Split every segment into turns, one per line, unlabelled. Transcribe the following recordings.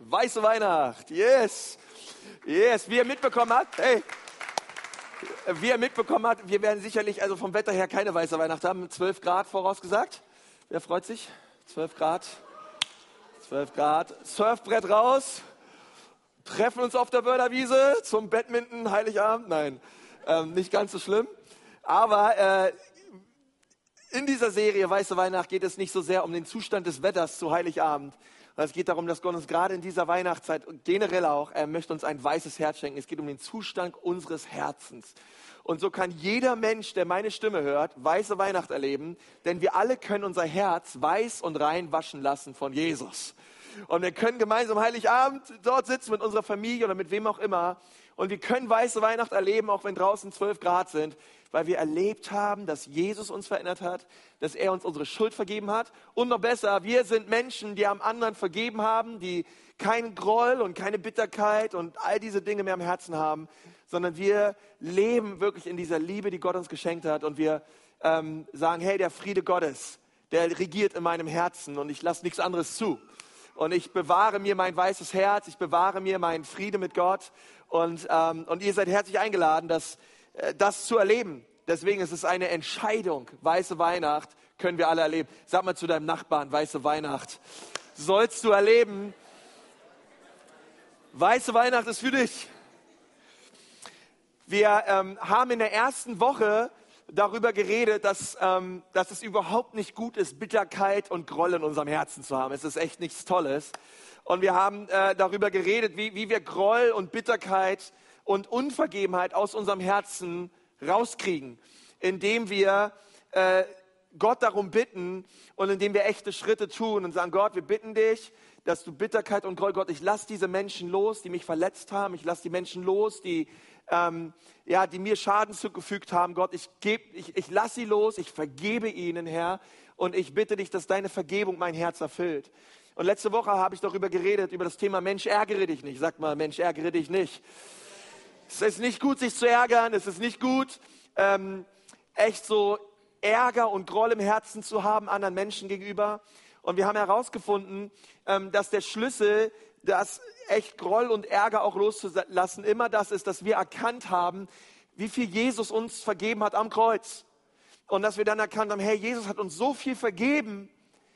Weiße Weihnacht, yes, yes, wie ihr mitbekommen habt, wir werden sicherlich also vom Wetter her keine weiße Weihnacht haben, 12 Grad vorausgesagt. Wer freut sich? 12 Grad, Surfbrett raus, treffen uns auf der Wörderwiese zum Badminton, Heiligabend, nein, nicht ganz so schlimm, aber in dieser Serie Weiße Weihnacht geht es nicht so sehr um den Zustand des Wetters zu Heiligabend. Es geht darum, dass Gott uns gerade in dieser Weihnachtszeit und generell auch, er möchte uns ein weißes Herz schenken. Es geht um den Zustand unseres Herzens. Und so kann jeder Mensch, der meine Stimme hört, weiße Weihnacht erleben, denn wir alle können unser Herz weiß und rein waschen lassen von Jesus. Und wir können gemeinsam Heiligabend dort sitzen mit unserer Familie oder mit wem auch immer. Und wir können weiße Weihnacht erleben, auch wenn draußen 12 Grad sind, weil wir erlebt haben, dass Jesus uns verändert hat, dass er uns unsere Schuld vergeben hat. Und noch besser, wir sind Menschen, die am anderen vergeben haben, die keinen Groll und keine Bitterkeit und all diese Dinge mehr im Herzen haben, sondern wir leben wirklich in dieser Liebe, die Gott uns geschenkt hat. Und wir sagen, hey, der Friede Gottes, der regiert in meinem Herzen und ich lasse nichts anderes zu. Und ich bewahre mir mein weißes Herz, ich bewahre mir meinen Friede mit Gott. Und ihr seid herzlich eingeladen, das zu erleben. Deswegen ist es eine Entscheidung. Weiße Weihnacht können wir alle erleben. Sag mal zu deinem Nachbarn, weiße Weihnacht sollst du erleben. Weiße Weihnacht ist für dich. Wir haben in der ersten Woche darüber geredet, dass es überhaupt nicht gut ist, Bitterkeit und Groll in unserem Herzen zu haben. Es ist echt nichts Tolles. Und wir haben darüber geredet, wie wir Groll und Bitterkeit und Unvergebenheit aus unserem Herzen rauskriegen, indem wir Gott darum bitten und indem wir echte Schritte tun und sagen, Gott, wir bitten dich, dass du Bitterkeit und Groll, Gott, ich lasse diese Menschen los, die mich verletzt haben, ich lasse die Menschen los, die mir Schaden zugefügt haben, Gott, ich lasse sie los, ich vergebe ihnen, Herr, und ich bitte dich, dass deine Vergebung mein Herz erfüllt. Und letzte Woche habe ich darüber geredet, über das Thema Mensch, ärgere dich nicht. Sag mal, Mensch, ärgere dich nicht. Es ist nicht gut, sich zu ärgern, es ist nicht gut, echt so Ärger und Groll im Herzen zu haben, anderen Menschen gegenüber. Und wir haben herausgefunden, dass der Schlüssel, das echt Groll und Ärger auch loszulassen, immer das ist, dass wir erkannt haben, wie viel Jesus uns vergeben hat am Kreuz. Und dass wir dann erkannt haben, hey, Jesus hat uns so viel vergeben.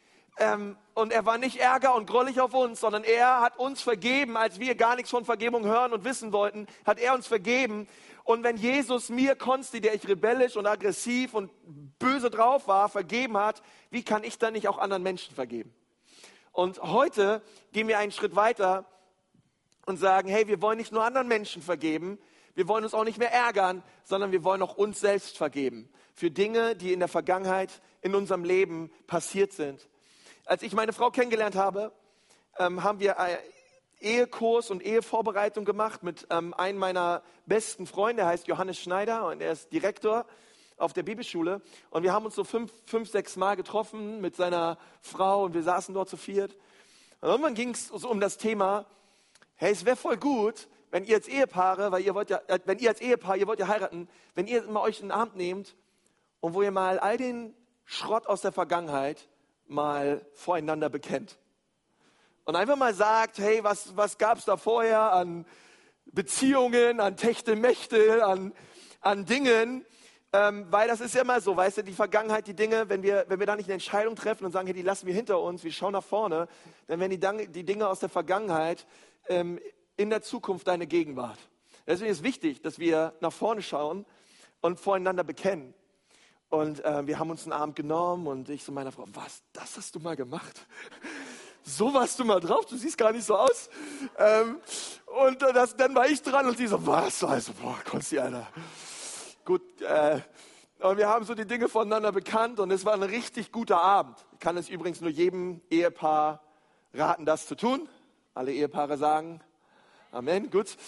Und er war nicht ärger und grollig auf uns, sondern er hat uns vergeben, als wir gar nichts von Vergebung hören und wissen wollten, hat er uns vergeben. Und wenn Jesus mir, Konsti, der ich rebellisch und aggressiv und böse drauf war, vergeben hat, wie kann ich dann nicht auch anderen Menschen vergeben? Und heute gehen wir einen Schritt weiter und sagen, hey, wir wollen nicht nur anderen Menschen vergeben, wir wollen uns auch nicht mehr ärgern, sondern wir wollen auch uns selbst vergeben. Für Dinge, die in der Vergangenheit in unserem Leben passiert sind. Als ich meine Frau kennengelernt habe, haben wir Ehekurs und Ehevorbereitung gemacht mit einem meiner besten Freunde, der heißt Johannes Schneider und er ist Direktor auf der Bibelschule. Und wir haben uns so 5-6 Mal getroffen mit seiner Frau und wir saßen dort zu viert. Und irgendwann ging es so um das Thema, hey, es wäre voll gut, wenn ihr als Ehepaare, ihr wollt ja heiraten, wenn ihr mal euch in den Arm nehmt und wo ihr mal all den Schrott aus der Vergangenheit mal voreinander bekennt. Und einfach mal sagt, hey, was gab es da vorher an Beziehungen, an Techtelmechtel, an Dingen, weil das ist ja immer so, weißt du, die Vergangenheit, die Dinge, wenn wir da nicht eine Entscheidung treffen und sagen, hey, die lassen wir hinter uns, wir schauen nach vorne, dann werden die Dinge aus der Vergangenheit in der Zukunft deine Gegenwart. Deswegen ist wichtig, dass wir nach vorne schauen und voreinander bekennen. Und wir haben uns einen Abend genommen und ich so meiner Frau, was, das hast du mal gemacht? So warst du mal drauf, du siehst gar nicht so aus. Und dann war ich dran und sie so, was? Also, Konsti, Alter. Gut, und wir haben so die Dinge voneinander bekannt und es war ein richtig guter Abend. Ich kann es übrigens nur jedem Ehepaar raten, das zu tun. Alle Ehepaare sagen, Amen, gut.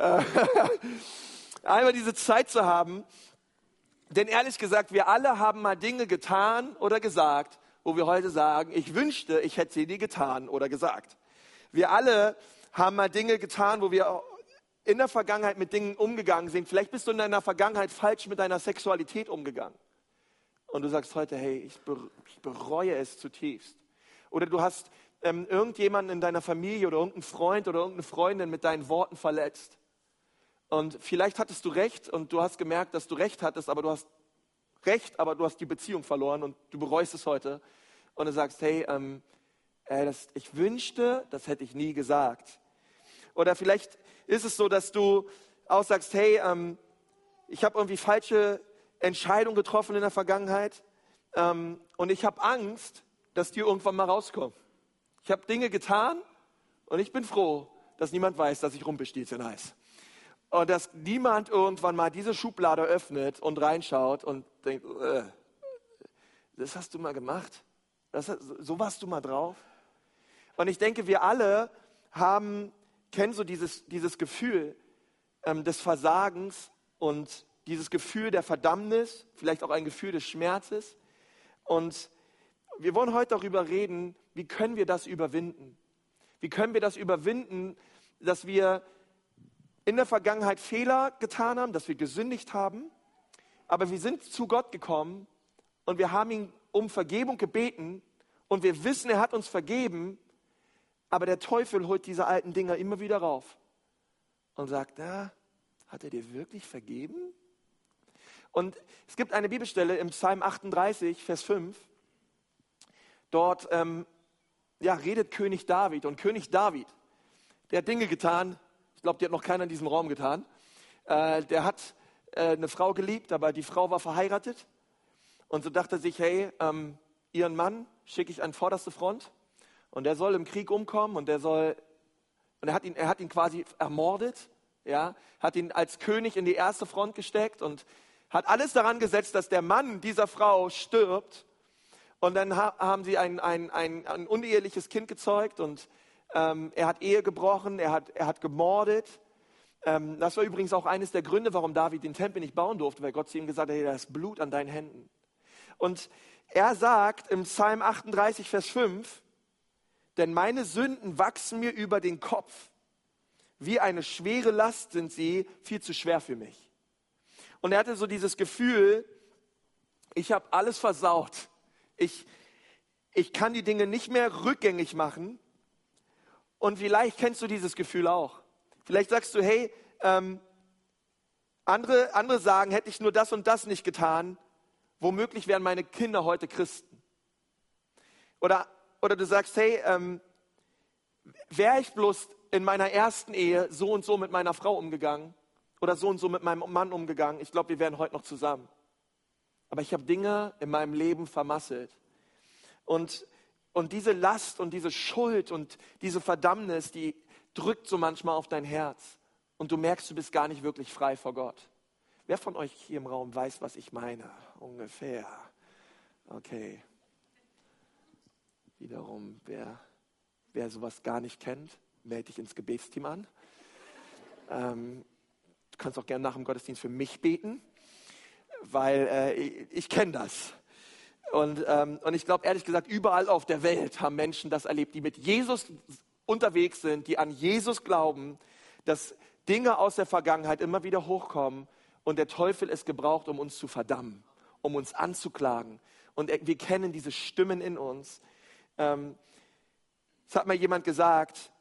Einmal diese Zeit zu haben. Denn ehrlich gesagt, wir alle haben mal Dinge getan oder gesagt, wo wir heute sagen, ich wünschte, ich hätte sie nie getan oder gesagt. Wir alle haben mal Dinge getan, wo wir in der Vergangenheit mit Dingen umgegangen sind. Vielleicht bist du in deiner Vergangenheit falsch mit deiner Sexualität umgegangen. Und du sagst heute, hey, ich bereue es zutiefst. Oder du hast irgendjemanden in deiner Familie oder irgendeinen Freund oder irgendeine Freundin mit deinen Worten verletzt. Und vielleicht hattest du recht und du hast gemerkt, dass du recht hattest, aber du hast recht, aber du hast die Beziehung verloren und du bereust es heute. Und du sagst, hey, ich wünschte, das hätte ich nie gesagt. Oder vielleicht ist es so, dass du auch sagst, hey, ich habe irgendwie falsche Entscheidungen getroffen in der Vergangenheit und ich habe Angst, dass die irgendwann mal rauskommen. Ich habe Dinge getan und ich bin froh, dass niemand weiß, dass ich Rumpelstilzchen heiße. Und dass niemand irgendwann mal diese Schublade öffnet und reinschaut und denkt, das hast du mal gemacht? So warst du mal drauf? Und ich denke, wir alle kennen so dieses Gefühl des Versagens und dieses Gefühl der Verdammnis, vielleicht auch ein Gefühl des Schmerzes. Und wir wollen heute darüber reden, wie können wir das überwinden? Wie können wir das überwinden, dass wir in der Vergangenheit Fehler getan haben, dass wir gesündigt haben, aber wir sind zu Gott gekommen und wir haben ihn um Vergebung gebeten und wir wissen, er hat uns vergeben, aber der Teufel holt diese alten Dinger immer wieder rauf und sagt, hat er dir wirklich vergeben? Und es gibt eine Bibelstelle im Psalm 38, Vers 5. Dort redet König David. Und König David, der hat Dinge getan, ich glaube, die hat noch keiner in diesem Raum getan. Der hat eine Frau geliebt, aber die Frau war verheiratet. Und so dachte er sich, hey, ihren Mann schicke ich an vorderste Front. Und der soll im Krieg umkommen und er hat ihn quasi ermordet, ja, hat ihn als König in die erste Front gesteckt und hat alles daran gesetzt, dass der Mann dieser Frau stirbt. Und dann haben sie ein uneheliches Kind gezeugt und er hat Ehe gebrochen, er hat gemordet. Das war übrigens auch eines der Gründe, warum David den Tempel nicht bauen durfte, weil Gott zu ihm gesagt hat, hey, da ist Blut an deinen Händen. Und er sagt im Psalm 38, Vers 5, denn meine Sünden wachsen mir über den Kopf. Wie eine schwere Last sind sie, viel zu schwer für mich. Und er hatte so dieses Gefühl, ich habe alles versaut. Ich kann die Dinge nicht mehr rückgängig machen. Und vielleicht kennst du dieses Gefühl auch. Vielleicht sagst du, hey, andere sagen, hätte ich nur das und das nicht getan, womöglich wären meine Kinder heute Christen. Oder du sagst, hey, wäre ich bloß in meiner ersten Ehe so und so mit meiner Frau umgegangen oder so und so mit meinem Mann umgegangen, ich glaube, wir wären heute noch zusammen. Aber ich habe Dinge in meinem Leben vermasselt. Und diese Last und diese Schuld und diese Verdammnis, die drückt so manchmal auf dein Herz. Und du merkst, du bist gar nicht wirklich frei vor Gott. Wer von euch hier im Raum weiß, was ich meine? Ungefähr. Okay. Wiederum, wer sowas gar nicht kennt, melde dich ins Gebetsteam an. Du kannst auch gerne nach dem Gottesdienst für mich beten, weil ich kenne das. Und ich glaube, ehrlich gesagt, überall auf der Welt haben Menschen das erlebt, die mit Jesus unterwegs sind, die an Jesus glauben, dass Dinge aus der Vergangenheit immer wieder hochkommen und der Teufel es gebraucht, um uns zu verdammen, um uns anzuklagen. Und wir kennen diese Stimmen in uns. Es hat mal jemand gesagt,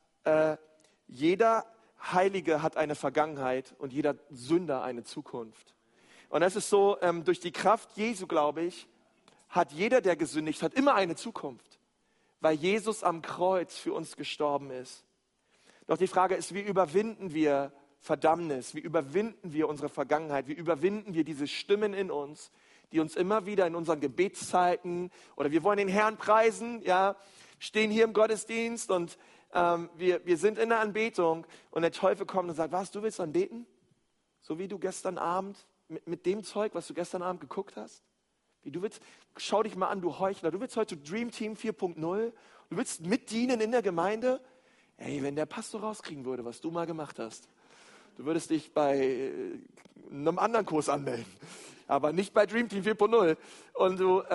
jeder Heilige hat eine Vergangenheit und jeder Sünder eine Zukunft. Und das ist so, durch die Kraft Jesu, glaube ich, hat jeder, der gesündigt hat, immer eine Zukunft, weil Jesus am Kreuz für uns gestorben ist. Doch die Frage ist, wie überwinden wir Verdammnis? Wie überwinden wir unsere Vergangenheit? Wie überwinden wir diese Stimmen in uns, die uns immer wieder in unseren Gebetszeiten oder wir wollen den Herrn preisen, ja, stehen hier im Gottesdienst und wir sind in der Anbetung und der Teufel kommt und sagt, was, du willst dann beten? So wie du gestern Abend mit dem Zeug, was du gestern Abend geguckt hast? Schau dich mal an, du Heuchler. Du willst heute Dream Team 4.0. Du willst mitdienen in der Gemeinde. Ey, wenn der Pastor rauskriegen würde, was du mal gemacht hast, du würdest dich bei einem anderen Kurs anmelden. Aber nicht bei Dream Team 4.0. Und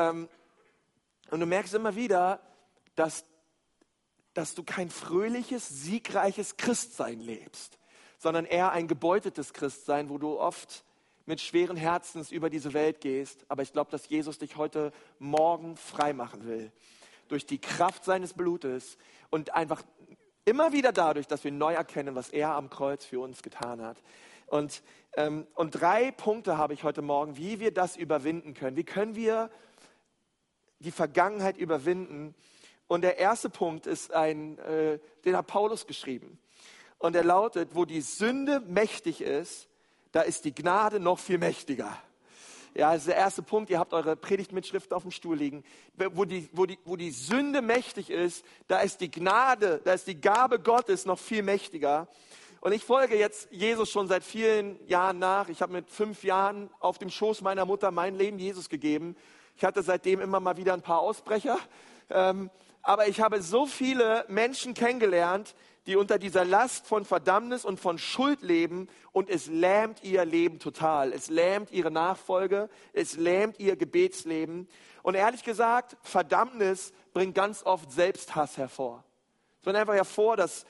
du merkst immer wieder, dass du kein fröhliches, siegreiches Christsein lebst, sondern eher ein gebeuteltes Christsein, wo du oft mit schweren Herzens über diese Welt gehst. Aber ich glaube, dass Jesus dich heute Morgen frei machen will. durch die Kraft seines Blutes und einfach immer wieder dadurch, dass wir neu erkennen, was er am Kreuz für uns getan hat. Und 3 Punkte habe ich heute Morgen, wie wir das überwinden können. Wie können wir die Vergangenheit überwinden? Und der erste Punkt ist den hat Paulus geschrieben. Und der lautet, wo die Sünde mächtig ist, da ist die Gnade noch viel mächtiger. Ja, das ist der erste Punkt. Ihr habt eure Predigtmitschriften auf dem Stuhl liegen. Wo die Sünde mächtig ist, da ist die Gnade, da ist die Gabe Gottes noch viel mächtiger. Und ich folge jetzt Jesus schon seit vielen Jahren nach. Ich habe mit 5 Jahren auf dem Schoß meiner Mutter mein Leben Jesus gegeben. Ich hatte seitdem immer mal wieder ein paar Ausbrecher. Aber ich habe so viele Menschen kennengelernt, die unter dieser Last von Verdammnis und von Schuld leben und es lähmt ihr Leben total. Es lähmt ihre Nachfolge, es lähmt ihr Gebetsleben. Und ehrlich gesagt, Verdammnis bringt ganz oft Selbsthass hervor. Es bringt einfach hervor, dass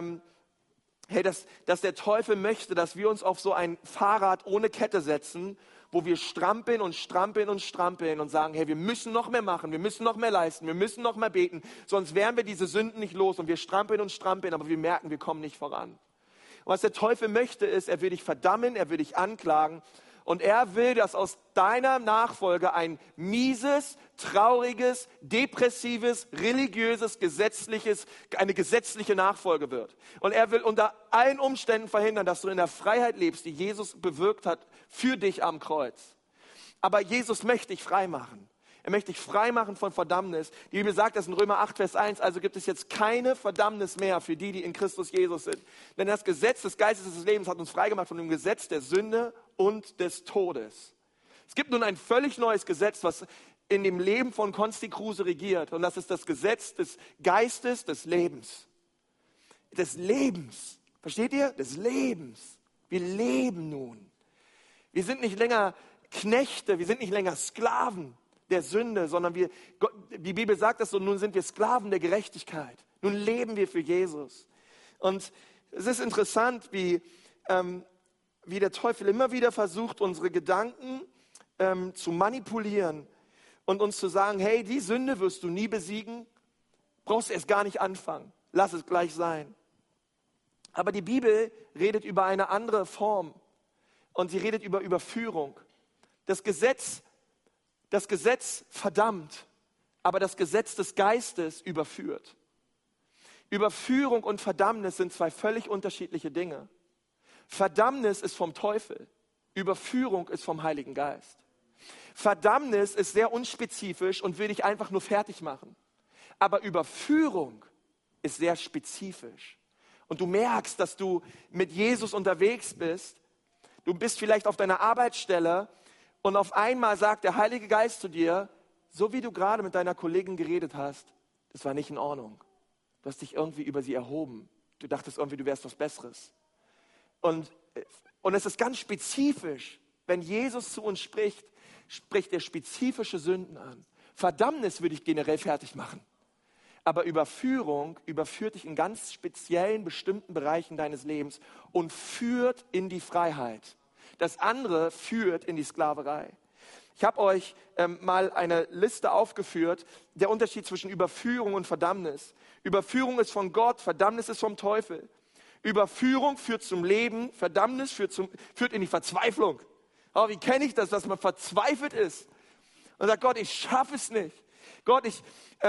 der Teufel möchte, dass wir uns auf so ein Fahrrad ohne Kette setzen, wo wir strampeln und strampeln und strampeln und sagen, hey, wir müssen noch mehr machen, wir müssen noch mehr leisten, wir müssen noch mehr beten, sonst wären wir diese Sünden nicht los und wir strampeln und strampeln, aber wir merken, wir kommen nicht voran. Und was der Teufel möchte ist, er will dich verdammen, er will dich anklagen und er will, dass aus deiner Nachfolge ein mieses, trauriges, depressives, religiöses, eine gesetzliche Nachfolge wird. Und er will unter allen Umständen verhindern, dass du in der Freiheit lebst, die Jesus bewirkt hat für dich am Kreuz. Aber Jesus möchte dich frei machen. Er möchte dich frei machen von Verdammnis. Die Bibel sagt das in Römer 8, Vers 1, also gibt es jetzt keine Verdammnis mehr für die, die in Christus Jesus sind. Denn das Gesetz des Geistes des Lebens hat uns freigemacht von dem Gesetz der Sünde und des Todes. Es gibt nun ein völlig neues Gesetz, was in dem Leben von Konsti Kruse regiert. Und das ist das Gesetz des Geistes des Lebens. Des Lebens. Versteht ihr? Des Lebens. Wir leben nun. Wir sind nicht länger Knechte, wir sind nicht länger Sklaven der Sünde, sondern die Bibel sagt das so, nun sind wir Sklaven der Gerechtigkeit. Nun leben wir für Jesus. Und es ist interessant, wie der Teufel immer wieder versucht, unsere Gedanken zu manipulieren und uns zu sagen, hey, die Sünde wirst du nie besiegen, brauchst erst gar nicht anfangen, lass es gleich sein. Aber die Bibel redet über eine andere Form und sie redet über Überführung. Das Gesetz verdammt, aber das Gesetz des Geistes überführt. Überführung und Verdammnis sind 2 völlig unterschiedliche Dinge. Verdammnis ist vom Teufel, Überführung ist vom Heiligen Geist. Verdammnis ist sehr unspezifisch und will dich einfach nur fertig machen. Aber Überführung ist sehr spezifisch. Und du merkst, dass du mit Jesus unterwegs bist. Du bist vielleicht auf deiner Arbeitsstelle und auf einmal sagt der Heilige Geist zu dir, so wie du gerade mit deiner Kollegin geredet hast, das war nicht in Ordnung. Du hast dich irgendwie über sie erhoben. Du dachtest irgendwie, du wärst was Besseres. Und es ist ganz spezifisch, wenn Jesus zu uns spricht er spezifische Sünden an. Verdammnis würde ich generell fertig machen. Aber Überführung überführt dich in ganz speziellen, bestimmten Bereichen deines Lebens und führt in die Freiheit. Das andere führt in die Sklaverei. Ich habe euch mal eine Liste aufgeführt, der Unterschied zwischen Überführung und Verdammnis. Überführung ist von Gott, Verdammnis ist vom Teufel. Überführung führt zum Leben, Verdammnis führt in die Verzweiflung. Oh, wie kenne ich das, dass man verzweifelt ist und sagt, Gott, ich schaffe es nicht. Gott, ich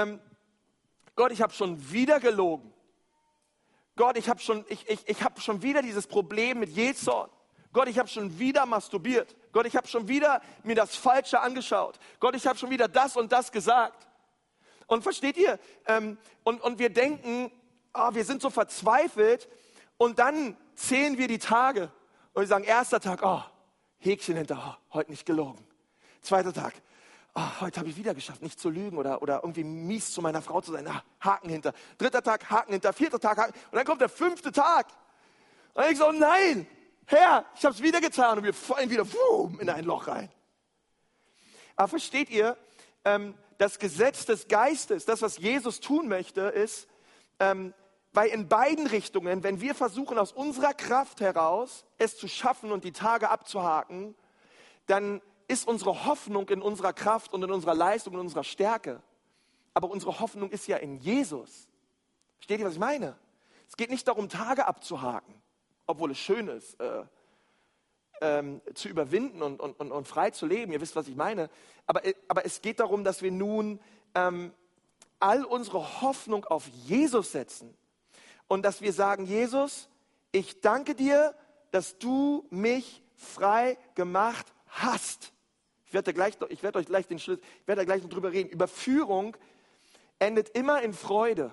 habe schon wieder gelogen. Gott, ich habe schon wieder dieses Problem mit Jähzorn. Gott, ich habe schon wieder masturbiert. Gott, ich habe schon wieder mir das Falsche angeschaut. Gott, ich habe schon wieder das und das gesagt. Und versteht ihr? Und wir denken, wir sind so verzweifelt und dann zählen wir die Tage. Und wir sagen, erster Tag, Häkchen hinter, heute nicht gelogen. Zweiter Tag, heute habe ich wieder geschafft, nicht zu lügen oder irgendwie mies zu meiner Frau zu sein. Haken hinter. Dritter Tag, Haken hinter. Vierter Tag, Haken. Und dann kommt der 5. Tag. Und ich so, nein, Herr, ich habe es wieder getan. Und wir fallen wieder in ein Loch rein. Aber versteht ihr, das Gesetz des Geistes, das, was Jesus tun möchte, ist, weil in beiden Richtungen, wenn wir versuchen, aus unserer Kraft heraus es zu schaffen und die Tage abzuhaken, dann ist unsere Hoffnung in unserer Kraft und in unserer Leistung und in unserer Stärke. aber unsere Hoffnung ist ja in Jesus. Versteht ihr, was ich meine? Es geht nicht darum, Tage abzuhaken, obwohl es schön ist, zu überwinden und frei zu leben. Ihr wisst, was ich meine. Aber es geht darum, dass wir nun all unsere Hoffnung auf Jesus setzen und dass wir sagen, Jesus, ich danke dir, dass du mich frei gemacht hast. Ich werde euch gleich da gleich noch drüber reden. Überführung endet immer in Freude,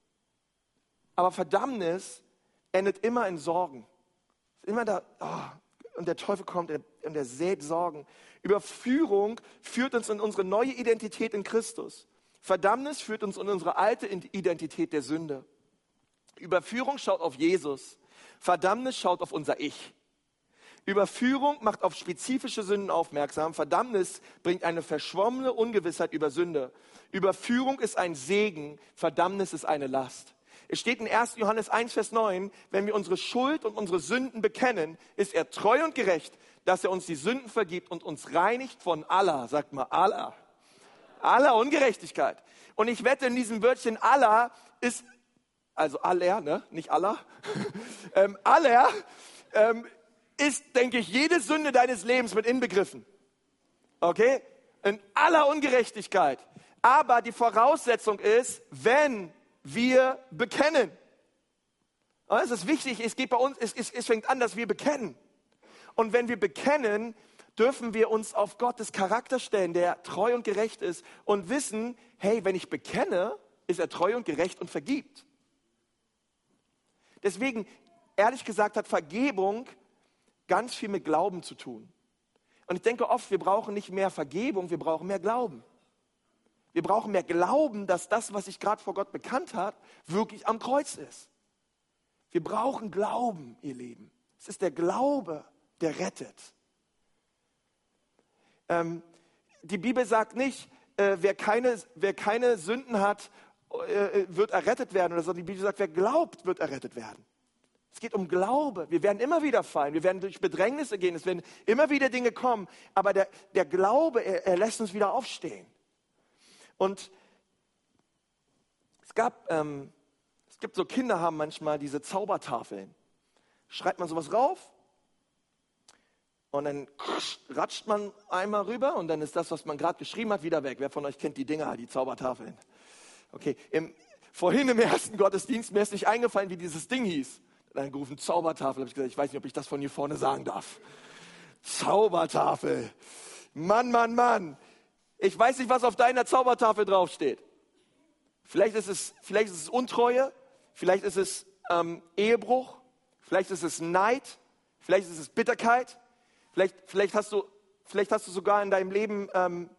aber Verdammnis endet immer in Sorgen. Ist immer da, und der Teufel kommt und er sät Sorgen. Überführung führt uns in unsere neue Identität in Christus. Verdammnis führt uns in unsere alte Identität der Sünde. Überführung schaut auf Jesus. Verdammnis schaut auf unser Ich. Überführung macht auf spezifische Sünden aufmerksam. Verdammnis bringt eine verschwommene Ungewissheit über Sünde. Überführung ist ein Segen, Verdammnis ist eine Last. Es steht in 1. Johannes 1, Vers 9, wenn wir unsere Schuld und unsere Sünden bekennen, ist er treu und gerecht, dass er uns die Sünden vergibt und uns reinigt von aller, sagt mal aller Ungerechtigkeit. Und ich wette, in diesem Wörtchen aller ist, also aller, ne? Nicht aller, aller ist, denke ich, jede Sünde deines Lebens mit inbegriffen. Okay? In aller Ungerechtigkeit. Aber die Voraussetzung ist, wenn wir bekennen. Und es ist wichtig, es geht bei uns, es fängt an, dass wir bekennen. Und wenn wir bekennen, dürfen wir uns auf Gottes Charakter stellen, der treu und gerecht ist und wissen, hey, wenn ich bekenne, ist er treu und gerecht und vergibt. Deswegen, ehrlich gesagt, hat Vergebung ganz viel mit Glauben zu tun. Und ich denke oft, wir brauchen nicht mehr Vergebung, wir brauchen mehr Glauben. Wir brauchen mehr Glauben, dass das, was sich gerade vor Gott bekannt hat, wirklich am Kreuz ist. Wir brauchen Glauben, ihr Lieben. Es ist der Glaube, der rettet. Die Bibel sagt nicht, wer keine Sünden hat, wird errettet werden. Oder so. Die Bibel sagt, wer glaubt, wird errettet werden. Es geht um Glaube. Wir werden immer wieder fallen. Wir werden durch Bedrängnisse gehen. Es werden immer wieder Dinge kommen. Aber der Glaube, er lässt uns wieder aufstehen. Und es gibt so Kinder, haben manchmal diese Zaubertafeln. Schreibt man sowas rauf und dann ratscht man einmal rüber und dann ist das, was man gerade geschrieben hat, wieder weg. Wer von euch kennt die Dinger, die Zaubertafeln? Okay, vorhin im ersten Gottesdienst, mir ist nicht eingefallen, wie dieses Ding hieß. Dann gerufen, Zaubertafel, habe ich gesagt, ich weiß nicht, ob ich das von hier vorne sagen darf. Zaubertafel. Mann, Mann, Mann. Ich weiß nicht, was auf deiner Zaubertafel draufsteht. Vielleicht ist es Untreue, vielleicht ist es Ehebruch, vielleicht ist es Neid, vielleicht ist es Bitterkeit, vielleicht hast du sogar in deinem Leben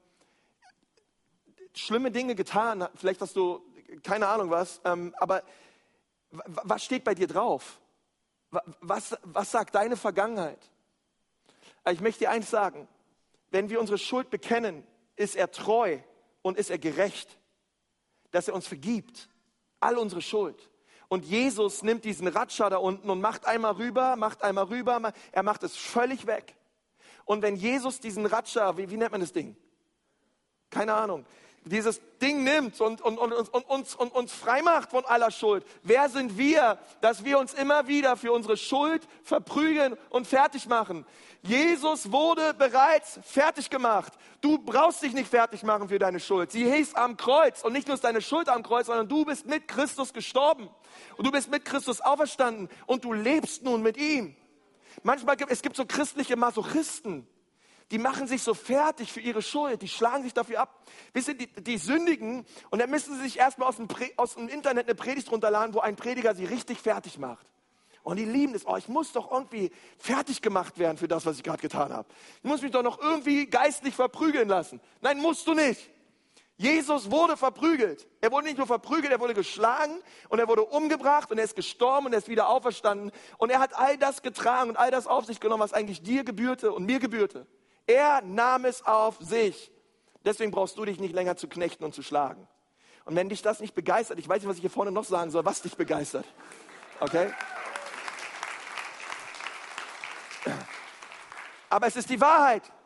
schlimme Dinge getan, vielleicht hast du keine Ahnung was, aber was steht bei dir drauf? Was sagt deine Vergangenheit? Ich möchte dir eins sagen, wenn wir unsere Schuld bekennen, ist er treu und ist er gerecht, dass er uns vergibt, all unsere Schuld. Und Jesus nimmt diesen Ratscher da unten und macht einmal rüber, er macht es völlig weg. Und wenn Jesus diesen Ratscher, wie nennt man das Ding? Keine Ahnung. Dieses Ding nimmt und uns frei macht von aller Schuld. Wer sind wir, dass wir uns immer wieder für unsere Schuld verprügeln und fertig machen? Jesus wurde bereits fertig gemacht. Du brauchst dich nicht fertig machen für deine Schuld. Sie hieß am Kreuz und nicht nur ist deine Schuld am Kreuz, sondern du bist mit Christus gestorben und du bist mit Christus auferstanden und du lebst nun mit ihm. Es gibt so christliche Masochisten. Die machen sich so fertig für ihre Schuld, die schlagen sich dafür ab. Wisst ihr, die sündigen und dann müssen sie sich erstmal aus dem Internet eine Predigt runterladen, wo ein Prediger sie richtig fertig macht. Und die lieben es. Ich muss doch irgendwie fertig gemacht werden für das, was ich gerade getan habe. Ich muss mich doch noch irgendwie geistlich verprügeln lassen. Nein, musst du nicht. Jesus wurde verprügelt. Er wurde nicht nur verprügelt, er wurde geschlagen und er wurde umgebracht und er ist gestorben und er ist wieder auferstanden. Und er hat all das getragen und all das auf sich genommen, was eigentlich dir gebührte und mir gebührte. Er nahm es auf sich. Deswegen brauchst du dich nicht länger zu knechten und zu schlagen. Und wenn dich das nicht begeistert, ich weiß nicht, was ich hier vorne noch sagen soll, was dich begeistert. Okay? Aber es ist die Wahrheit.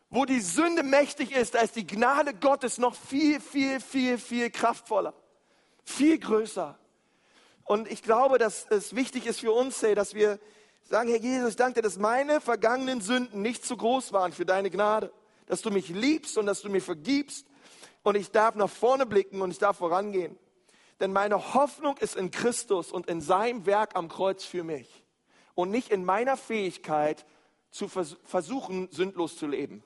Wo die Sünde mächtig ist, da ist die Gnade Gottes noch viel, viel, viel, viel kraftvoller, viel größer. Und ich glaube, dass es wichtig ist für uns, hey, dass wir sagen, Herr Jesus, ich danke dir, dass meine vergangenen Sünden nicht zu groß waren für deine Gnade. Dass du mich liebst und dass du mir vergibst. Und ich darf nach vorne blicken und ich darf vorangehen. Denn meine Hoffnung ist in Christus und in seinem Werk am Kreuz für mich. Und nicht in meiner Fähigkeit, zu versuchen, sündlos zu leben.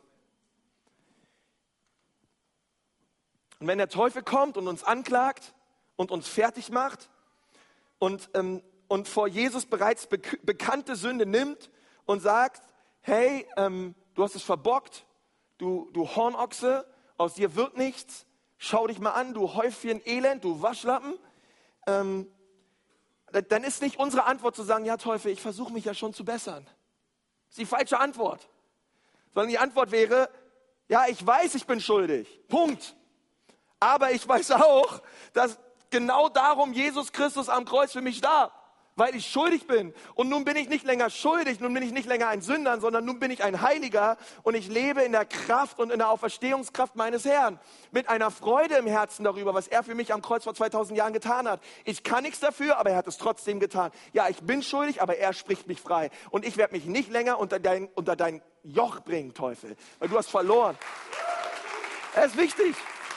Und wenn der Teufel kommt und uns anklagt und uns fertig macht und vor Jesus bereits bekannte Sünde nimmt und sagt, hey, du hast es verbockt, du Hornochse, aus dir wird nichts, schau dich mal an, du Häufchen Elend, du Waschlappen, dann ist nicht unsere Antwort zu sagen, ja Teufel, ich versuche mich ja schon zu bessern. Das ist die falsche Antwort. Sondern die Antwort wäre, ja, ich weiß, ich bin schuldig. Punkt. Aber ich weiß auch, dass genau darum Jesus Christus am Kreuz für mich starb. Weil ich schuldig bin. Und nun bin ich nicht länger schuldig, nun bin ich nicht länger ein Sünder, sondern nun bin ich ein Heiliger und ich lebe in der Kraft und in der Auferstehungskraft meines Herrn. Mit einer Freude im Herzen darüber, was er für mich am Kreuz vor 2000 Jahren getan hat. Ich kann nichts dafür, aber er hat es trotzdem getan. Ja, ich bin schuldig, aber er spricht mich frei. Und ich werde mich nicht länger unter dein Joch bringen, Teufel. Weil du hast verloren. Das ist wichtig.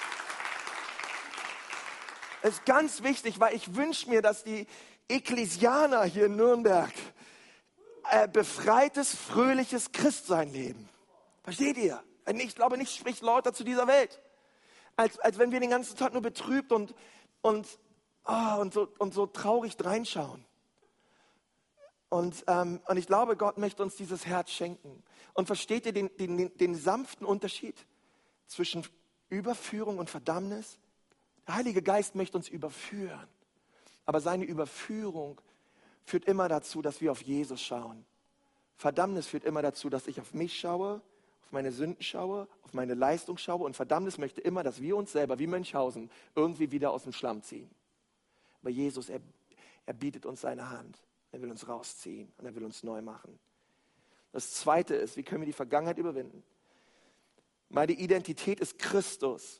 Das ist ganz wichtig, weil ich wünsche mir, dass die Ekklesianer hier in Nürnberg befreites, fröhliches Christsein leben. Versteht ihr? Ich glaube, nichts spricht lauter zu dieser Welt, als wenn wir den ganzen Tag nur betrübt und so traurig reinschauen. Und ich glaube, Gott möchte uns dieses Herz schenken. Und versteht ihr den sanften Unterschied zwischen Überführung und Verdammnis? Der Heilige Geist möchte uns überführen. Aber seine Überführung führt immer dazu, dass wir auf Jesus schauen. Verdammnis führt immer dazu, dass ich auf mich schaue, auf meine Sünden schaue, auf meine Leistung schaue. Und Verdammnis möchte immer, dass wir uns selber, wie Münchhausen, irgendwie wieder aus dem Schlamm ziehen. Aber Jesus, er bietet uns seine Hand. Er will uns rausziehen und er will uns neu machen. Das Zweite ist, wie können wir die Vergangenheit überwinden? Meine Identität ist Christus.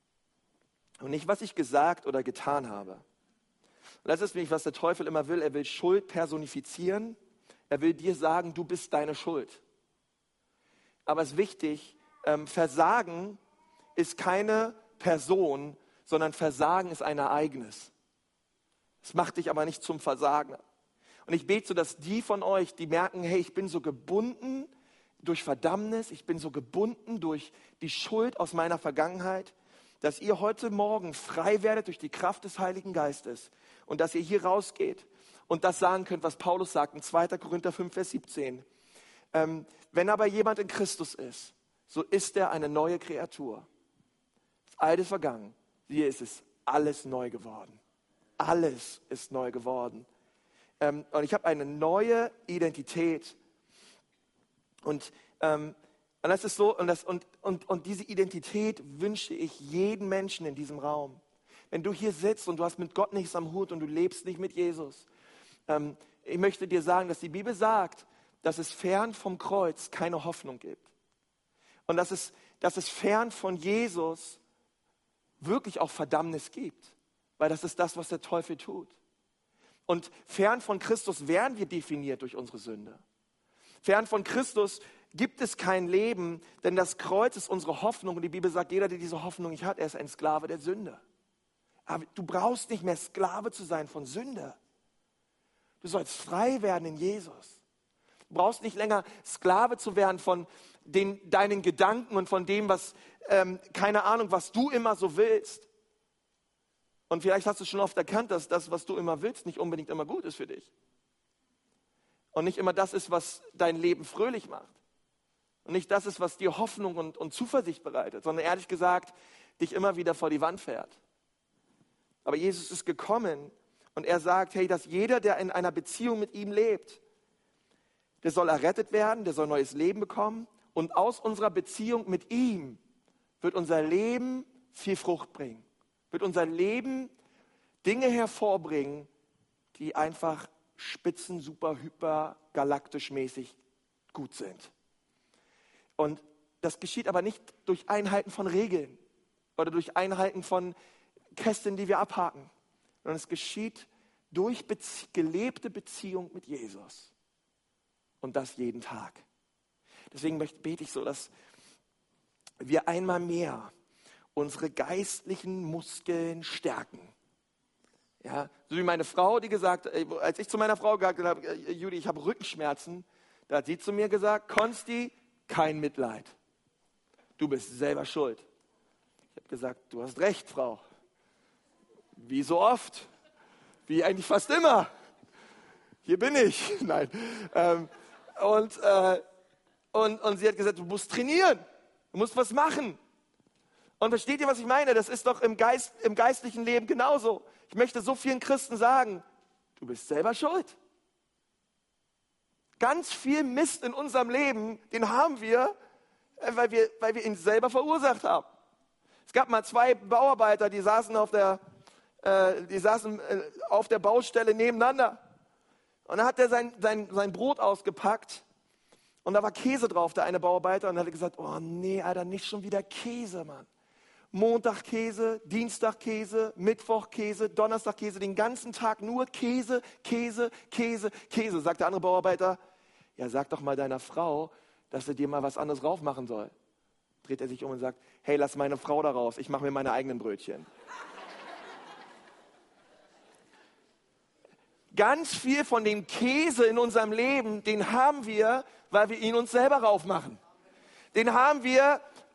Und nicht, was ich gesagt oder getan habe. Und das ist nämlich, was der Teufel immer will. Er will Schuld personifizieren. Er will dir sagen, du bist deine Schuld. Aber es ist wichtig, Versagen ist keine Person, sondern Versagen ist ein Ereignis. Es macht dich aber nicht zum Versager. Und ich bete so, dass die von euch, die merken, hey, ich bin so gebunden durch Verdammnis, ich bin so gebunden durch die Schuld aus meiner Vergangenheit, dass ihr heute Morgen frei werdet durch die Kraft des Heiligen Geistes und dass ihr hier rausgeht und das sagen könnt, was Paulus sagt in 2. Korinther 5, Vers 17. Wenn aber jemand in Christus ist, so ist er eine neue Kreatur. Das Alte ist vergangen, siehe, es ist alles neu geworden. Alles ist neu geworden. Und ich habe eine neue Identität. Und das ist so, und diese Identität wünsche ich jedem Menschen in diesem Raum. Wenn du hier sitzt und du hast mit Gott nichts am Hut und du lebst nicht mit Jesus, ich möchte dir sagen, dass die Bibel sagt, dass es fern vom Kreuz keine Hoffnung gibt. Und dass es fern von Jesus wirklich auch Verdammnis gibt. Weil das ist das, was der Teufel tut. Und fern von Christus werden wir definiert durch unsere Sünde. Fern von Christus gibt es kein Leben, denn das Kreuz ist unsere Hoffnung. Und die Bibel sagt, jeder, der diese Hoffnung nicht hat, er ist ein Sklave der Sünde. Aber du brauchst nicht mehr Sklave zu sein von Sünde. Du sollst frei werden in Jesus. Du brauchst nicht länger Sklave zu werden von deinen Gedanken und von dem, was, keine Ahnung, was du immer so willst. Und vielleicht hast du schon oft erkannt, dass das, was du immer willst, nicht unbedingt immer gut ist für dich. Und nicht immer das ist, was dein Leben fröhlich macht. Und nicht das ist, was dir Hoffnung und Zuversicht bereitet, sondern ehrlich gesagt, dich immer wieder vor die Wand fährt. Aber Jesus ist gekommen und er sagt, hey, dass jeder, der in einer Beziehung mit ihm lebt, der soll errettet werden, der soll neues Leben bekommen. Und aus unserer Beziehung mit ihm wird unser Leben viel Frucht bringen. Wird unser Leben Dinge hervorbringen, die einfach spitzen, super, hyper, galaktisch mäßig gut sind. Und das geschieht aber nicht durch Einhalten von Regeln oder durch Einhalten von Kästchen, die wir abhaken, sondern es geschieht durch gelebte Beziehung mit Jesus. Und das jeden Tag. Deswegen bete ich so, dass wir einmal mehr unsere geistlichen Muskeln stärken. Ja, so wie meine Frau, die gesagt, als ich zu meiner Frau gesagt habe, Judy, ich habe Rückenschmerzen, da hat sie zu mir gesagt, Konsti, kein Mitleid. Du bist selber schuld. Ich habe gesagt, du hast recht, Frau. Wie so oft. Wie eigentlich fast immer. Hier bin ich. Nein. Und sie hat gesagt, du musst trainieren. Du musst was machen. Und versteht ihr, was ich meine? Das ist doch im geistlichen Leben genauso. Ich möchte so vielen Christen sagen, du bist selber schuld. Ganz viel Mist in unserem Leben, den haben wir, weil wir ihn selber verursacht haben. Es gab mal 2 Bauarbeiter, die saßen auf der Baustelle nebeneinander. Und dann hat er sein Brot ausgepackt und da war Käse drauf, der eine Bauarbeiter. Und dann hat er gesagt, oh nee, Alter, nicht schon wieder Käse, Mann. Montag Käse, Dienstag Käse, Mittwoch Käse, Donnerstag Käse, den ganzen Tag nur Käse, Käse, Käse, Käse. Sagt der andere Bauarbeiter, ja, sag doch mal deiner Frau, dass sie dir mal was anderes raufmachen soll. Dreht er sich um und sagt, hey, lass meine Frau da raus, ich mache mir meine eigenen Brötchen. Ganz viel von dem Käse in unserem Leben, den haben wir, weil wir ihn uns selber raufmachen. Den haben wir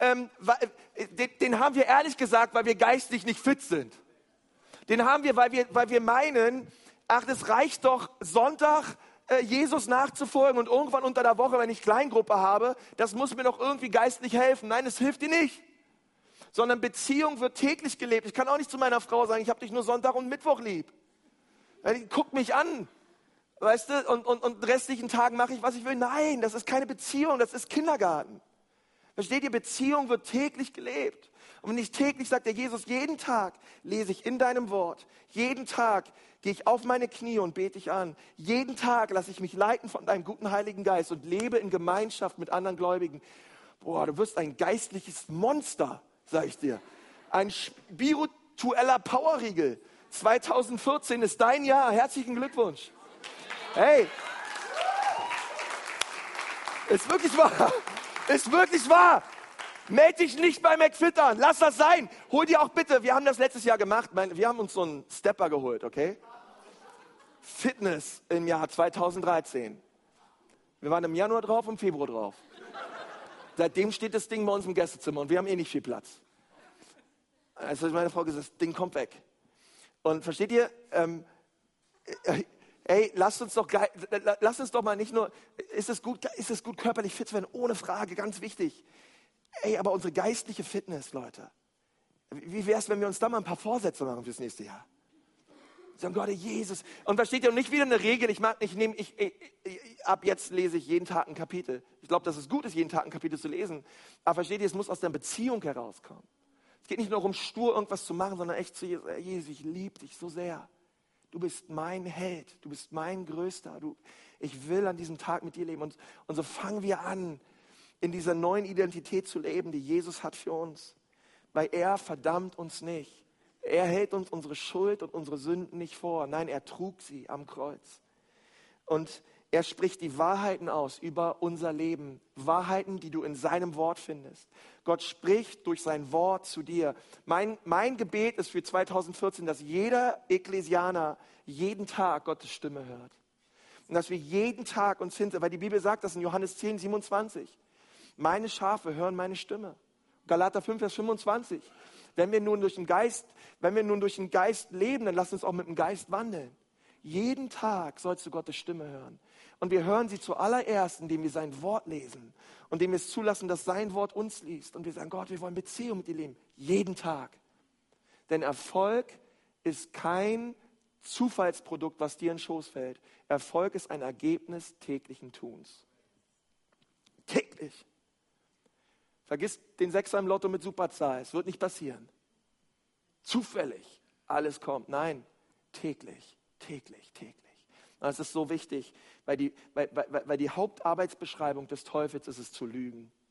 ehrlich gesagt, weil wir geistlich nicht fit sind. Den haben wir, weil wir meinen, ach, das reicht doch Sonntag, Jesus nachzufolgen und irgendwann unter der Woche, wenn ich Kleingruppe habe, das muss mir doch irgendwie geistlich helfen. Nein, es hilft dir nicht. Sondern Beziehung wird täglich gelebt. Ich kann auch nicht zu meiner Frau sagen, ich habe dich nur Sonntag und Mittwoch lieb. Guck mich an, weißt du, und restlichen Tagen mache ich, was ich will. Nein, das ist keine Beziehung, das ist Kindergarten. Versteht ihr, Beziehung wird täglich gelebt. Und wenn ich täglich, sagt der Jesus, jeden Tag lese ich in deinem Wort. Jeden Tag gehe ich auf meine Knie und bete ich an. Jeden Tag lasse ich mich leiten von deinem guten Heiligen Geist und lebe in Gemeinschaft mit anderen Gläubigen. Boah, du wirst ein geistliches Monster, sage ich dir. Ein spiritueller Powerriegel. 2014 ist dein Jahr. Herzlichen Glückwunsch. Hey, ist wirklich wahr. Ist wirklich wahr. Meld dich nicht bei McFit an. Lass das sein. Hol dir auch bitte, wir haben das letztes Jahr gemacht, wir haben uns so einen Stepper geholt, okay? Fitness im Jahr 2013. Wir waren im Januar drauf und im Februar drauf. Seitdem steht das Ding bei uns im Gästezimmer und wir haben eh nicht viel Platz. Also hat meine Frau gesagt, das Ding kommt weg. Und versteht ihr, ey, lasst uns doch mal nicht nur, ist es gut körperlich fit zu werden? Ohne Frage, ganz wichtig. Ey, aber unsere geistliche Fitness, Leute. Wie wäre es, wenn wir uns da mal ein paar Vorsätze machen fürs nächste Jahr? Sagen, Gott, Jesus. Und versteht ihr, und nicht wieder eine Regel, ab jetzt lese ich jeden Tag ein Kapitel. Ich glaube, dass es gut ist, jeden Tag ein Kapitel zu lesen. Aber versteht ihr, es muss aus der Beziehung herauskommen. Es geht nicht nur darum, stur irgendwas zu machen, sondern echt zu Jesus, Jesus, ich liebe dich so sehr. Du bist mein Held, du bist mein Größter. Ich will an diesem Tag mit dir leben. Und so fangen wir an, in dieser neuen Identität zu leben, die Jesus hat für uns. Weil er verdammt uns nicht. Er hält uns unsere Schuld und unsere Sünden nicht vor. Nein, er trug sie am Kreuz. Und er spricht die Wahrheiten aus über unser Leben. Wahrheiten, die du in seinem Wort findest. Gott spricht durch sein Wort zu dir. Mein Gebet ist für 2014, dass jeder Ekklesianer jeden Tag Gottes Stimme hört. Und dass wir jeden Tag uns hinter, weil die Bibel sagt das in Johannes 10, 27. Meine Schafe hören meine Stimme. Galater 5, Vers 25. Wenn wir nun durch den Geist leben, dann lass uns auch mit dem Geist wandeln. Jeden Tag sollst du Gottes Stimme hören. Und wir hören sie zuallererst, indem wir sein Wort lesen. Und indem wir es zulassen, dass sein Wort uns liest. Und wir sagen, Gott, wir wollen Beziehung mit dir leben. Jeden Tag. Denn Erfolg ist kein Zufallsprodukt, was dir in den Schoß fällt. Erfolg ist ein Ergebnis täglichen Tuns. Täglich. Vergiss den Sechser im Lotto mit Superzahl. Es wird nicht passieren. Zufällig. Alles kommt. Nein, täglich, täglich, täglich. Und das ist so wichtig, weil die Hauptarbeitsbeschreibung des Teufels ist es zu lügen.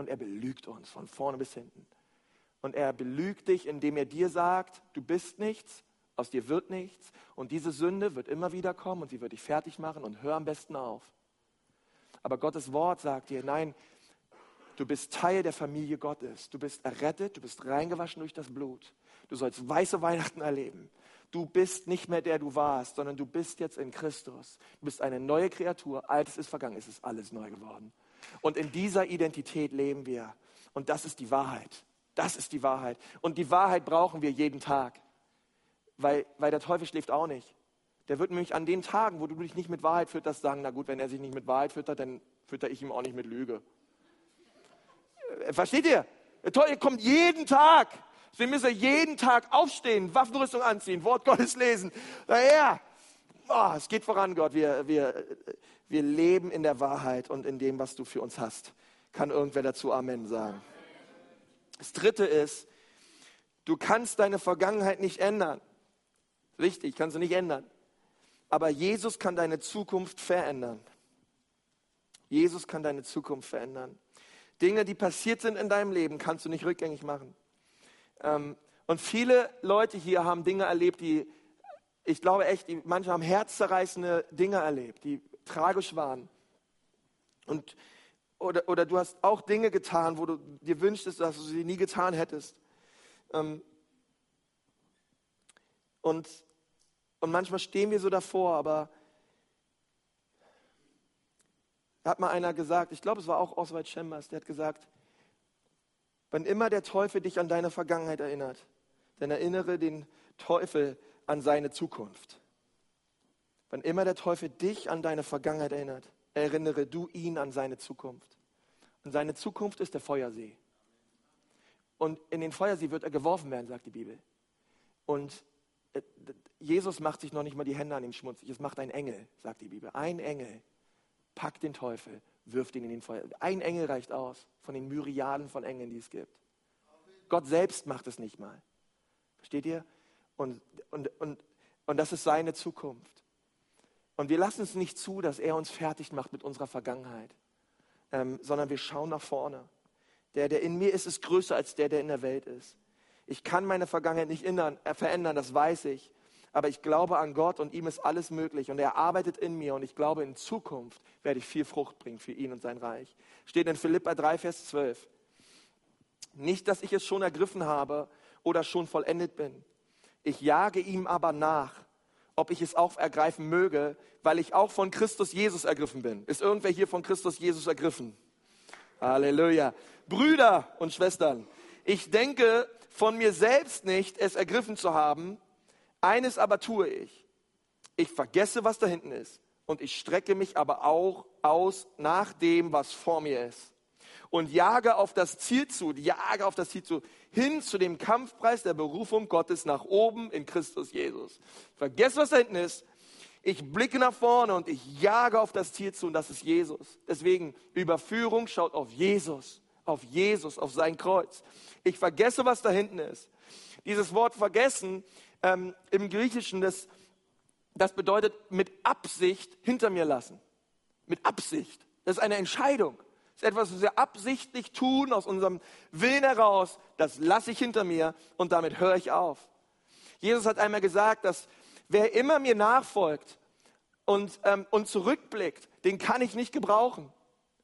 und er belügt uns von vorne bis hinten. Und er belügt dich, indem er dir sagt, du bist nichts, aus dir wird nichts und diese Sünde wird immer wieder kommen und sie wird dich fertig machen und hör am besten auf. Aber Gottes Wort sagt dir, nein, du bist Teil der Familie Gottes. Du bist errettet, du bist reingewaschen durch das Blut. Du sollst weiße Weihnachten erleben. Du bist nicht mehr der du warst, sondern du bist jetzt in Christus. Du bist eine neue Kreatur. Altes ist vergangen, es ist alles neu geworden. Und in dieser Identität leben wir. Und das ist die Wahrheit. Das ist die Wahrheit. Und die Wahrheit brauchen wir jeden Tag. Weil der Teufel schläft auch nicht. Der wird nämlich an den Tagen, wo du dich nicht mit Wahrheit fütterst, sagen, na gut, wenn er sich nicht mit Wahrheit füttert, dann fütter ich ihm auch nicht mit Lüge. Versteht ihr? Der Teufel kommt jeden Tag. Deswegen müssen wir jeden Tag aufstehen, Waffenrüstung anziehen, Wort Gottes lesen. Daher, es geht voran, Gott. Wir leben in der Wahrheit und in dem, was du für uns hast. Kann irgendwer dazu Amen sagen? Das Dritte ist, du kannst deine Vergangenheit nicht ändern. Richtig, kannst du nicht ändern. Aber Jesus kann deine Zukunft verändern. Jesus kann deine Zukunft verändern. Dinge, die passiert sind in deinem Leben, kannst du nicht rückgängig machen. Und viele Leute hier haben Dinge erlebt, die, ich glaube echt, manche haben herzzerreißende Dinge erlebt, die tragisch waren. Oder du hast auch Dinge getan, wo du dir wünschtest, dass du sie nie getan hättest. Und manchmal stehen wir so davor, aber da hat mal einer gesagt, ich glaube, es war auch Oswald Chambers, der hat gesagt, wann immer der Teufel dich an deine Vergangenheit erinnert, dann erinnere den Teufel an seine Zukunft. Wann immer der Teufel dich an deine Vergangenheit erinnert, erinnere du ihn an seine Zukunft. Und seine Zukunft ist der Feuersee. Und in den Feuersee wird er geworfen werden, sagt die Bibel. Und Jesus macht sich noch nicht mal die Hände an ihm schmutzig. Es macht ein Engel, sagt die Bibel. Ein Engel packt den Teufel, wirft ihn in den Feuer. Ein Engel reicht aus von den Myriaden von Engeln, die es gibt. Gott selbst macht es nicht mal. Versteht ihr? Und das ist seine Zukunft. Und wir lassen es nicht zu, dass er uns fertig macht mit unserer Vergangenheit, sondern wir schauen nach vorne. Der in mir ist, ist größer als der in der Welt ist. Ich kann meine Vergangenheit nicht verändern, das weiß ich. Aber ich glaube an Gott und ihm ist alles möglich. Und er arbeitet in mir und ich glaube, in Zukunft werde ich viel Frucht bringen für ihn und sein Reich. Steht in Philipper 3, Vers 12. Nicht, dass ich es schon ergriffen habe oder schon vollendet bin. Ich jage ihm aber nach, ob ich es auch ergreifen möge, weil ich auch von Christus Jesus ergriffen bin. Ist irgendwer hier von Christus Jesus ergriffen? Halleluja. Brüder und Schwestern, ich denke von mir selbst nicht, es ergriffen zu haben. Eines aber tue ich. Ich vergesse, was da hinten ist. Und ich strecke mich aber auch aus nach dem, was vor mir ist. Und jage auf das Ziel zu, hin zu dem Kampfpreis der Berufung Gottes nach oben in Christus Jesus. Vergesse, was da hinten ist. Ich blicke nach vorne und ich jage auf das Ziel zu und das ist Jesus. Deswegen, Überführung schaut auf Jesus, auf sein Kreuz. Ich vergesse, was da hinten ist. Dieses Wort vergessen im Griechischen, das bedeutet mit Absicht hinter mir lassen. Mit Absicht. Das ist eine Entscheidung. Das ist etwas, was wir absichtlich tun, aus unserem Willen heraus. Das lasse ich hinter mir und damit höre ich auf. Jesus hat einmal gesagt, dass wer immer mir nachfolgt und zurückblickt, den kann ich nicht gebrauchen.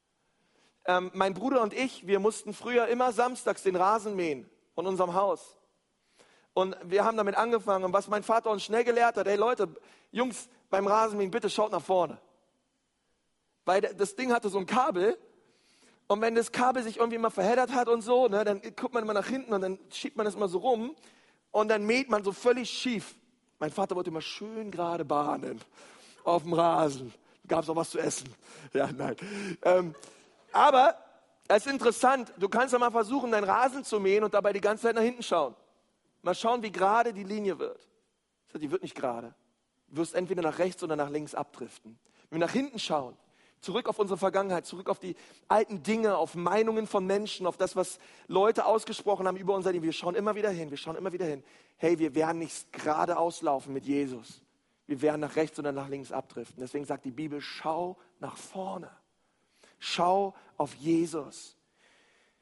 Mein Bruder und ich, wir mussten früher immer samstags den Rasen mähen von unserem Haus. Und wir haben damit angefangen. Und was mein Vater uns schnell gelehrt hat, hey Leute, Jungs, beim Rasenmähen, bitte schaut nach vorne. Weil das Ding hatte so ein Kabel. Und wenn das Kabel sich irgendwie mal verheddert hat und so, ne, dann guckt man immer nach hinten und dann schiebt man das immer so rum. Und dann mäht man so völlig schief. Mein Vater wollte immer schön gerade bahnen auf dem Rasen. Gab es auch was zu essen? Ja, nein. Aber es ist interessant, du kannst ja mal versuchen, deinen Rasen zu mähen und dabei die ganze Zeit nach hinten schauen. Mal schauen, wie gerade die Linie wird. Die wird nicht gerade. Du wirst entweder nach rechts oder nach links abdriften. Wenn wir nach hinten schauen, zurück auf unsere Vergangenheit, zurück auf die alten Dinge, auf Meinungen von Menschen, auf das, was Leute ausgesprochen haben über unser Leben. Wir schauen immer wieder hin. Hey, wir werden nicht geradeaus laufen mit Jesus. Wir werden nach rechts oder nach links abdriften. Deswegen sagt die Bibel, schau nach vorne. Schau auf Jesus.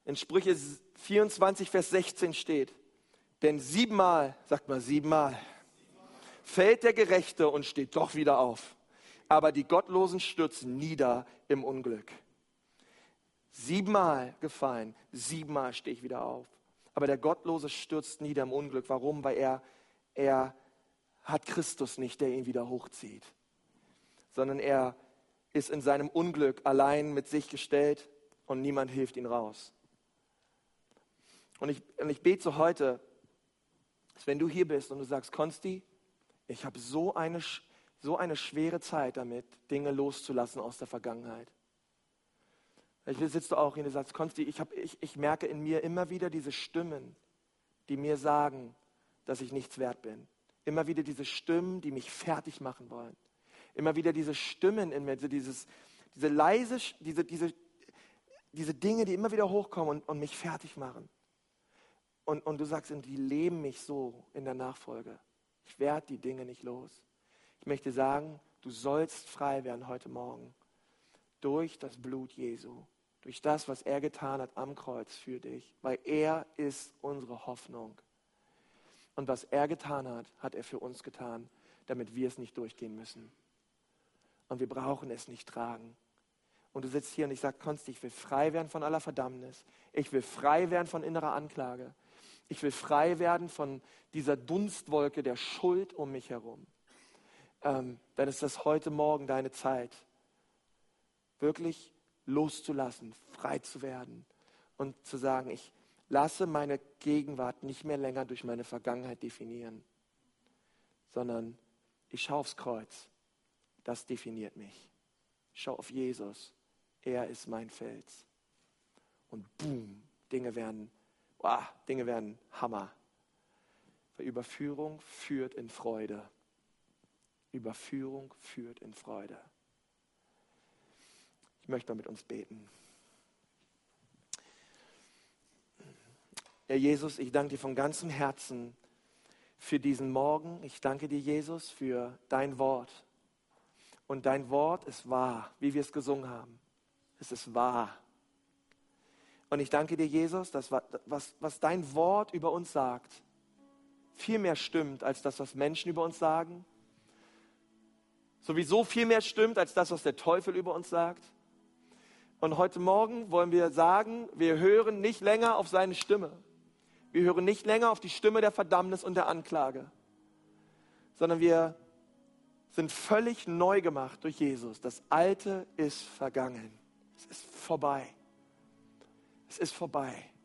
In Sprüche 24, Vers 16 steht, denn 7-mal, sagt mal 7-mal, fällt der Gerechte und steht doch wieder auf. Aber die Gottlosen stürzen nieder im Unglück. 7-mal gefallen, 7-mal stehe ich wieder auf. Aber der Gottlose stürzt nieder im Unglück. Warum? Weil er hat Christus nicht, der ihn wieder hochzieht. Sondern er ist in seinem Unglück allein mit sich gestellt und niemand hilft ihn raus. Und ich bete so heute, dass wenn du hier bist und du sagst, Konsti, ich habe so eine schwere Zeit damit, Dinge loszulassen aus der Vergangenheit. Vielleicht sitzt du auch hier und du sagst, Konsti, ich merke in mir immer wieder diese Stimmen, die mir sagen, dass ich nichts wert bin. Immer wieder diese Stimmen, die mich fertig machen wollen. Immer wieder diese Stimmen in mir, diese Dinge, die immer wieder hochkommen und mich fertig machen. Und du sagst, die leben mich so in der Nachfolge. Ich werde die Dinge nicht los. Ich möchte sagen, du sollst frei werden heute Morgen. Durch das Blut Jesu. Durch das, was er getan hat am Kreuz für dich. Weil er ist unsere Hoffnung. Und was er getan hat, hat er für uns getan, damit wir es nicht durchgehen müssen. Und wir brauchen es nicht tragen. Und du sitzt hier und ich sage, Konsti, ich will frei werden von aller Verdammnis. Ich will frei werden von innerer Anklage. Ich will frei werden von dieser Dunstwolke der Schuld um mich herum. Dann ist das heute Morgen deine Zeit, wirklich loszulassen, frei zu werden und zu sagen, ich lasse meine Gegenwart nicht mehr länger durch meine Vergangenheit definieren, sondern ich schaue aufs Kreuz. Das definiert mich. Ich schaue auf Jesus. Er ist mein Fels. Und boom, Dinge werden Hammer. Weil Überführung führt in Freude. Überführung führt in Freude. Ich möchte mal mit uns beten. Herr Jesus, ich danke dir von ganzem Herzen für diesen Morgen. Ich danke dir, Jesus, für dein Wort. Und dein Wort ist wahr, wie wir es gesungen haben. Es ist wahr. Und ich danke dir, Jesus, dass was dein Wort über uns sagt, viel mehr stimmt als das, was Menschen über uns sagen. Sowieso viel mehr stimmt als das, was der Teufel über uns sagt. Und heute Morgen wollen wir sagen, wir hören nicht länger auf seine Stimme. Wir hören nicht länger auf die Stimme der Verdammnis und der Anklage, sondern wir sind völlig neu gemacht durch Jesus. Das Alte ist vergangen. Es ist vorbei. Es ist vorbei.